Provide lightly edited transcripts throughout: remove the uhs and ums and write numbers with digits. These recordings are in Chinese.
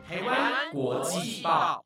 台湾国际报。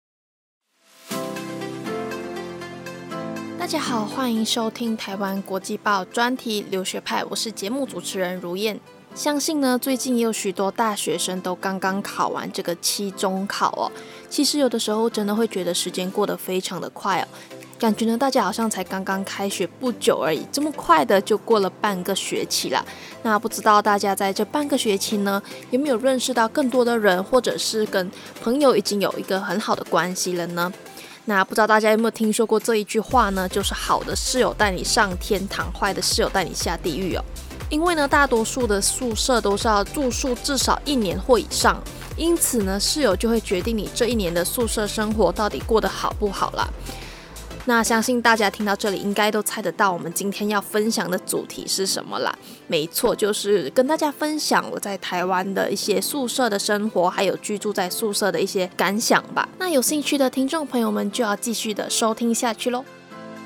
大家好，欢迎收听台湾国际报专题留学派，我是节目主持人如燕。相信呢，最近也有许多大学生都刚刚考完这个期中考哦。其实有的时候真的会觉得时间过得非常的快哦，感觉呢大家好像才刚刚开学不久而已，这么快的就过了半个学期啦。那不知道大家在这半个学期呢，有没有认识到更多的人，或者是跟朋友已经有一个很好的关系了呢？那不知道大家有没有听说过这一句话呢？就是好的室友带你上天堂，坏的室友带你下地狱哦。因为呢，大多数的宿舍都是要住宿至少1年或以上，因此呢，室友就会决定你这一年的宿舍生活到底过得好不好啦。那相信大家听到这里应该都猜得到我们今天要分享的主题是什么啦。没错，就是跟大家分享我在台湾的一些宿舍的生活，还有居住在宿舍的一些感想吧。那有兴趣的听众朋友们就要继续的收听下去咯。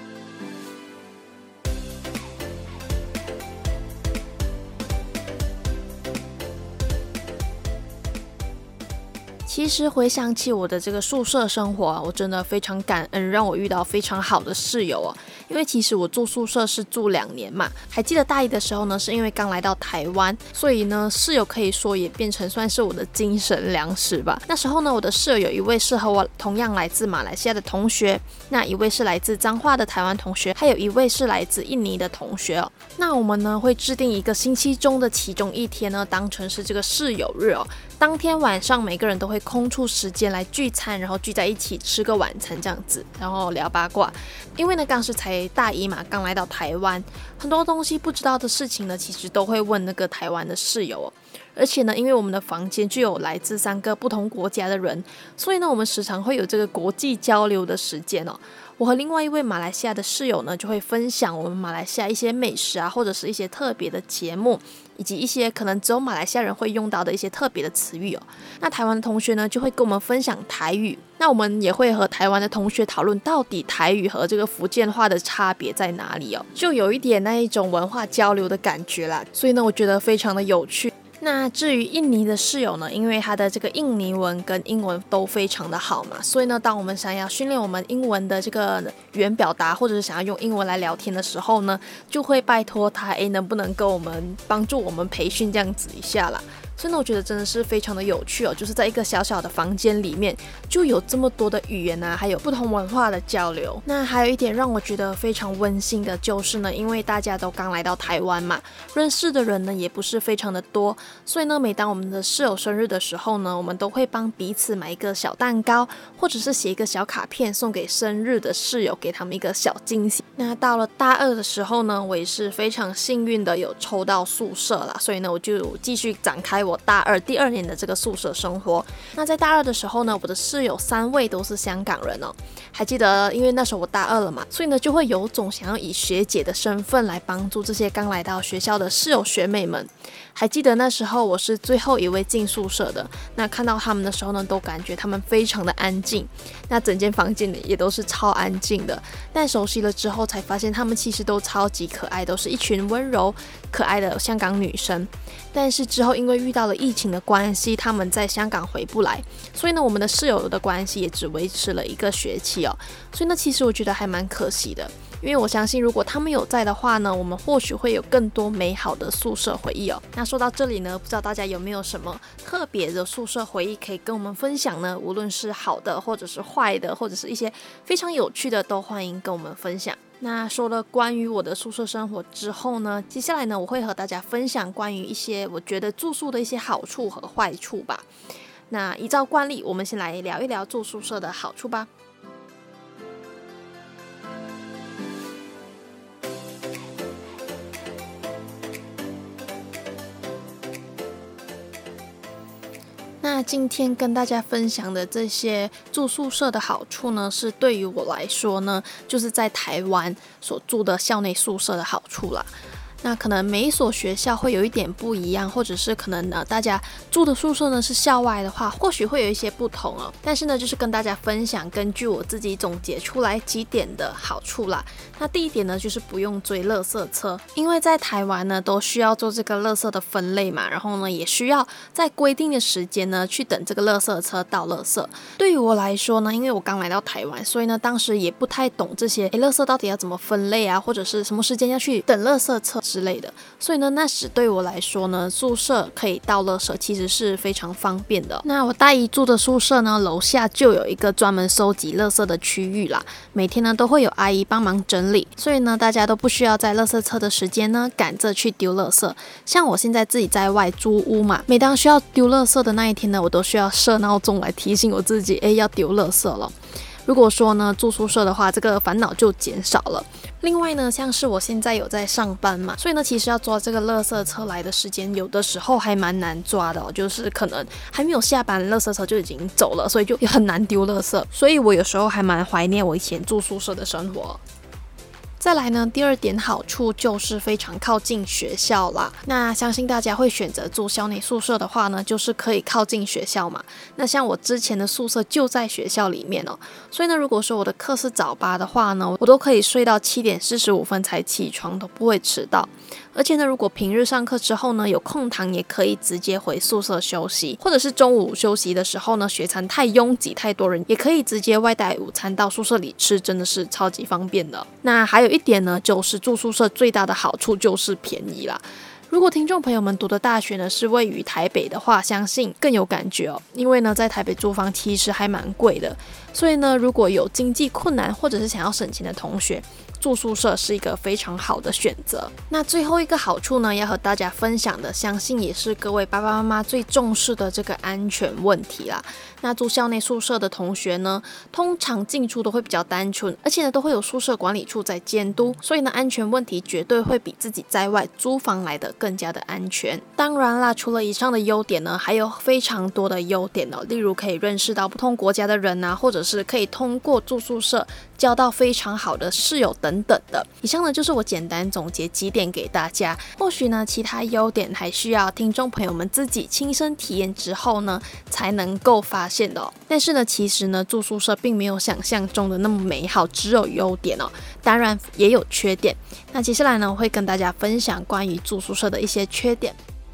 其实回想起我的这个宿舍生活啊，我真的非常感恩，让我遇到非常好的室友哦。因为其实我住宿舍是住2年嘛，还记得大一的时候呢，是因为刚来到台湾，所以呢室友可以说也变成算是我的精神粮食吧。那时候呢，我的室友有一位是和我同样来自马来西亚的同学，那一位是来自彰化的台湾同学，还有一位是来自印尼的同学哦。那我们呢会制定一个星期中的其中一天呢，当成是这个室友日哦。当天晚上每个人都会空出时间来聚餐，然后聚在一起吃个晚餐这样子，然后聊八卦。因为呢当时才大一嘛，刚来到台湾，很多东西不知道的事情呢，其实都会问那个台湾的室友哦。而且呢，因为我们的房间就有来自3个不同国家的人，所以呢我们时常会有这个国际交流的时间哦。我和另外一位马来西亚的室友呢，就会分享我们马来西亚一些美食啊，或者是一些特别的节目，以及一些可能只有马来西亚人会用到的一些特别的词语哦。那台湾的同学呢，就会跟我们分享台语，那我们也会和台湾的同学讨论到底台语和这个福建话的差别在哪里哦，就有一点那一种文化交流的感觉啦。所以呢，我觉得非常的有趣。那至于印尼的室友呢，因为他的这个印尼文跟英文都非常的好嘛，所以呢，当我们想要训练我们英文的这个语言表达，或者是想要用英文来聊天的时候呢，就会拜托他，能不能跟我们帮助我们培训这样子一下啦。所以呢，我觉得真的是非常的有趣哦，就是在一个小小的房间里面，就有这么多的语言啊，还有不同文化的交流。那还有一点让我觉得非常温馨的就是呢，因为大家都刚来到台湾嘛，认识的人呢也不是非常的多，所以呢，每当我们的室友生日的时候呢，我们都会帮彼此买一个小蛋糕，或者是写一个小卡片送给生日的室友，给他们一个小惊喜。那到了大2的时候呢，我也是非常幸运的有抽到宿舍啦，所以呢，我就继续展开我大2第2年的这个宿舍生活。那在大2的时候呢，我的室友3位都是香港人哦。还记得，因为那时候我大2了嘛，所以呢就会有种想要以学姐的身份来帮助这些刚来到学校的室友学妹们。还记得那时候我是最后一位进宿舍的，那看到他们的时候呢，都感觉他们非常的安静，那整间房间里也都是超安静的。但熟悉了之后才发现，他们其实都超级可爱，都是一群温柔可爱的香港女生。但是之后因为遇到了疫情的关系，他们在香港回不来，所以呢，我们的室友的关系也只维持了1个学期哦。所以呢，其实我觉得还蛮可惜的。因为我相信如果他们有在的话呢，我们或许会有更多美好的宿舍回忆哦。那说到这里呢，不知道大家有没有什么特别的宿舍回忆可以跟我们分享呢？无论是好的或者是坏的，或者是一些非常有趣的，都欢迎跟我们分享。那说了关于我的宿舍生活之后呢，接下来呢，我会和大家分享关于一些我觉得住宿的一些好处和坏处吧。那依照惯例，我们先来聊一聊住宿舍的好处吧。那今天跟大家分享的这些住宿舍的好处呢，是对于我来说呢，就是在台湾所住的校内宿舍的好处啦。 那可能每一所学校会有一点不一样，或者是可能大家住的宿舍呢是校外的话，或许会有一些不同哦。但是呢，就是跟大家分享，根据我自己总结出来几点的好处啦。那第一点呢，就是不用追垃圾车，因为在台湾呢都需要做这个垃圾的分类嘛，然后呢也需要在规定的时间呢去等这个垃圾车倒垃圾。对于我来说呢，因为我刚来到台湾，所以呢当时也不太懂这些垃圾到底要怎么分类啊，或者是什么时间要去等垃圾车之类的。所以呢那时对我来说呢，宿舍可以倒垃圾其实是非常方便的。那我大一住的宿舍呢，楼下就有一个专门收集垃圾的区域啦，每天呢都会有阿姨帮忙整理，所以呢大家都不需要在垃圾车的时间呢赶着去丢垃圾。像我现在自己在外租屋嘛，每当需要丢垃圾的那一天呢，我都需要设闹钟来提醒我自己，要丢垃圾了。如果说呢住宿舍的话，这个烦恼就减少了。另外呢，像是我现在有在上班嘛，所以呢其实要抓这个垃圾车来的时间，有的时候还蛮难抓的就是可能还没有下班，垃圾车就已经走了，所以就很难丢垃圾。所以我有时候还蛮怀念我以前住宿舍的生活。再来呢，第二点好处就是非常靠近学校啦。那相信大家会选择住校内宿舍的话呢，就是可以靠近学校嘛。那像我之前的宿舍就在学校里面哦，所以呢，如果说我的课是早八的话呢，我都可以睡到7:45才起床，都不会迟到。而且呢，如果平日上课之后呢，有空堂也可以直接回宿舍休息，或者是中午休息的时候呢，学餐太拥挤太多人，也可以直接外带午餐到宿舍里吃，真的是超级方便的。那还有一点呢，就是住宿舍最大的好处就是便宜啦。如果听众朋友们读的大学呢是位于台北的话，相信更有感觉哦。因为呢，在台北租房其实还蛮贵的，所以呢，如果有经济困难或者是想要省钱的同学，住宿舍是一个非常好的选择。那最后一个好处呢，要和大家分享的，相信也是各位爸爸妈妈最重视的这个安全问题啦。那住校内宿舍的同学呢，通常进出都会比较单纯，而且呢都会有宿舍管理处在监督，所以呢安全问题绝对会比自己在外租房来的更加的安全。当然啦，除了以上的优点呢，还有非常多的优点哦，例如可以认识到不同国家的人啊，或者是可以通过住宿舍交到非常好的室友等等的。以上呢就是我简单总结几点给大家，或许呢其他优点还需要听众朋友们自己亲身体验之后呢才能够发现的哦。但是呢其实呢住宿舍并没有想象中的那么美好，只有优点哦，当然也有缺点。那接下来呢我会跟大家分享关于住宿舍的一些缺点。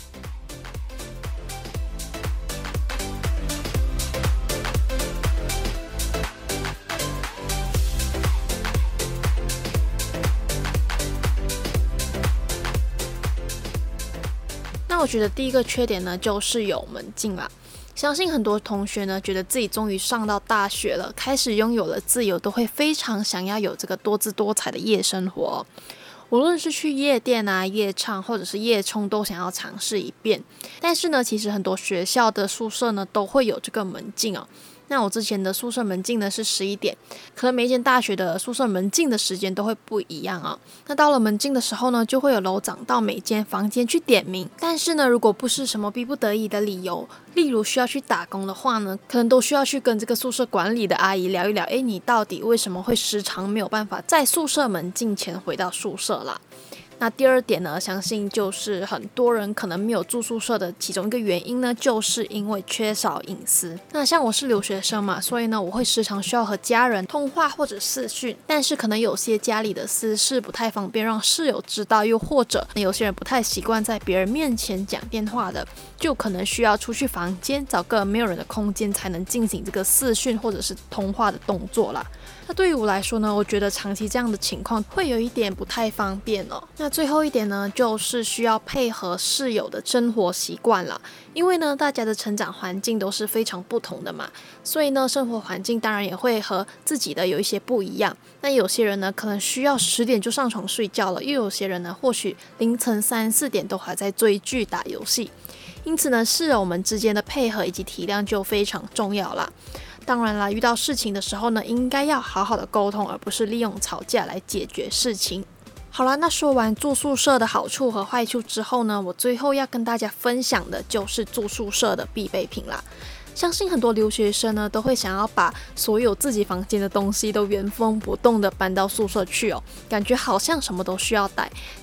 那我觉得第一个缺点呢，就是有门禁啦。相信很多同学呢，觉得自己终于上到大学了，开始拥有了自由，都会非常想要有这个多姿多彩的夜生活。无论是去夜店啊、夜唱或者是夜冲，都想要尝试一遍。但是呢，其实很多学校的宿舍呢，都会有这个门禁哦。那我之前的宿舍门禁呢是11点，可能每一间大学的宿舍门禁的时间都会不一样啊。那到了门禁的时候呢，就会有楼长到每间房间去点名。但是呢，如果不是什么逼不得已的理由，例如需要去打工的话呢，可能都需要去跟这个宿舍管理的阿姨聊一聊，你到底为什么会时常没有办法在宿舍门禁前回到宿舍啦。那第二点呢，相信就是很多人可能没有住宿舍的其中一个原因呢，就是因为缺少隐私。那像我是留学生嘛，所以呢，我会时常需要和家人通话或者视讯，但是可能有些家里的私事不太方便让室友知道，又或者有些人不太习惯在别人面前讲电话的，就可能需要出去房间找个没有人的空间才能进行这个视讯或者是通话的动作啦。那对于我来说呢，我觉得长期这样的情况会有一点不太方便哦。那最后一点呢，就是需要配合室友的生活习惯啦。因为呢，大家的成长环境都是非常不同的嘛，所以呢，生活环境当然也会和自己的有一些不一样。那有些人呢，可能需要10点就上床睡觉了，又有些人呢，或许凌晨3、4点都还在追剧打游戏。因此呢，室友们之间的配合以及体谅就非常重要啦。当然啦，遇到事情的时候呢，应该要好好的沟通，而不是利用吵架来解决事情。好啦，那说完住宿舍的好处和坏处之后呢，我最后要跟大家分享的就是住宿舍的必备品啦。相信很多留学生呢，都会想要把所有自己房间的东西都原封不动的搬到宿舍去哦，感觉好像什么都需要带。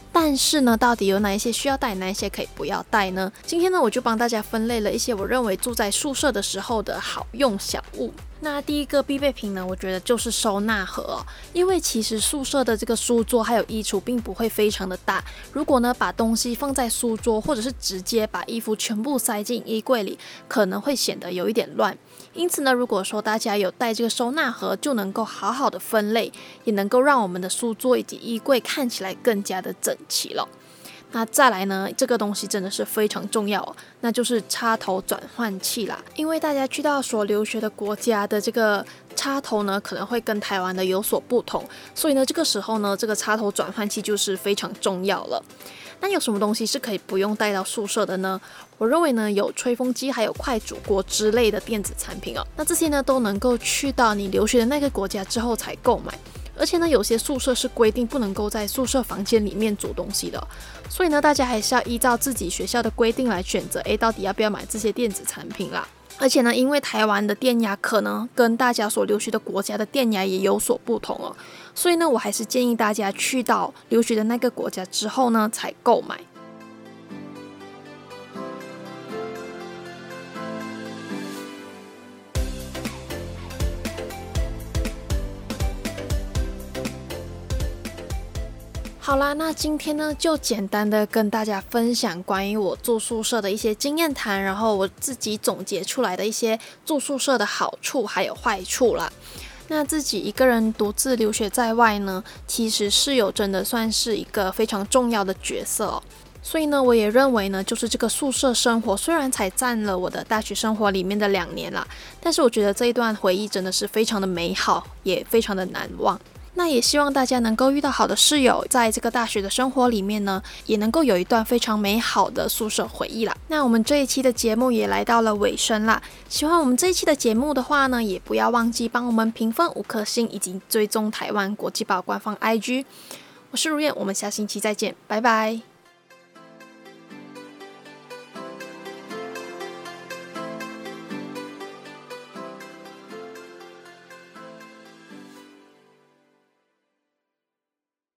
但是呢，到底有哪一些需要带，哪一些可以不要带呢？今天呢，我就帮大家分类了一些我认为住在宿舍的时候的好用小物。那第一个必备品呢，我觉得就是收纳盒哦，因为其实宿舍的这个书桌还有衣橱并不会非常的大，如果呢把东西放在书桌，或者是直接把衣服全部塞进衣柜里，可能会显得有一点乱。因此呢，如果说大家有带这个收纳盒，就能够好好的分类，也能够让我们的书桌以及衣柜看起来更加的整齐了。那再来呢，这个东西真的是非常重要哦，那就是插头转换器啦。因为大家去到所留学的国家的这个插头呢，可能会跟台湾的有所不同，所以呢，这个时候呢，这个插头转换器就是非常重要了。那有什么东西是可以不用带到宿舍的呢？我认为呢，有吹风机还有快煮锅之类的电子产品哦。那这些呢，都能够去到你留学的那个国家之后才购买。而且呢，有些宿舍是规定不能够在宿舍房间里面煮东西的，所以呢，大家还是要依照自己学校的规定来选择，到底要不要买这些电子产品啦。而且呢，因为台湾的电压可能跟大家所留学的国家的电压也有所不同哦，所以呢，我还是建议大家去到留学的那个国家之后呢，才购买。好啦，那今天呢就简单的跟大家分享关于我住宿舍的一些经验谈，然后我自己总结出来的一些住宿舍的好处还有坏处啦。那自己一个人独自留学在外呢，其实室友真的算是一个非常重要的角色哦。所以呢，我也认为呢，就是这个宿舍生活虽然才占了我的大学生活里面的2年啦，但是我觉得这一段回忆真的是非常的美好，也非常的难忘。那也希望大家能够遇到好的室友，在这个大学的生活里面呢，也能够有一段非常美好的宿舍回忆啦。那我们这一期的节目也来到了尾声啦。喜欢我们这一期的节目的话呢，也不要忘记帮我们评分5颗星，以及追踪台湾国际报官方 IG。我是如燕，我们下星期再见，拜拜。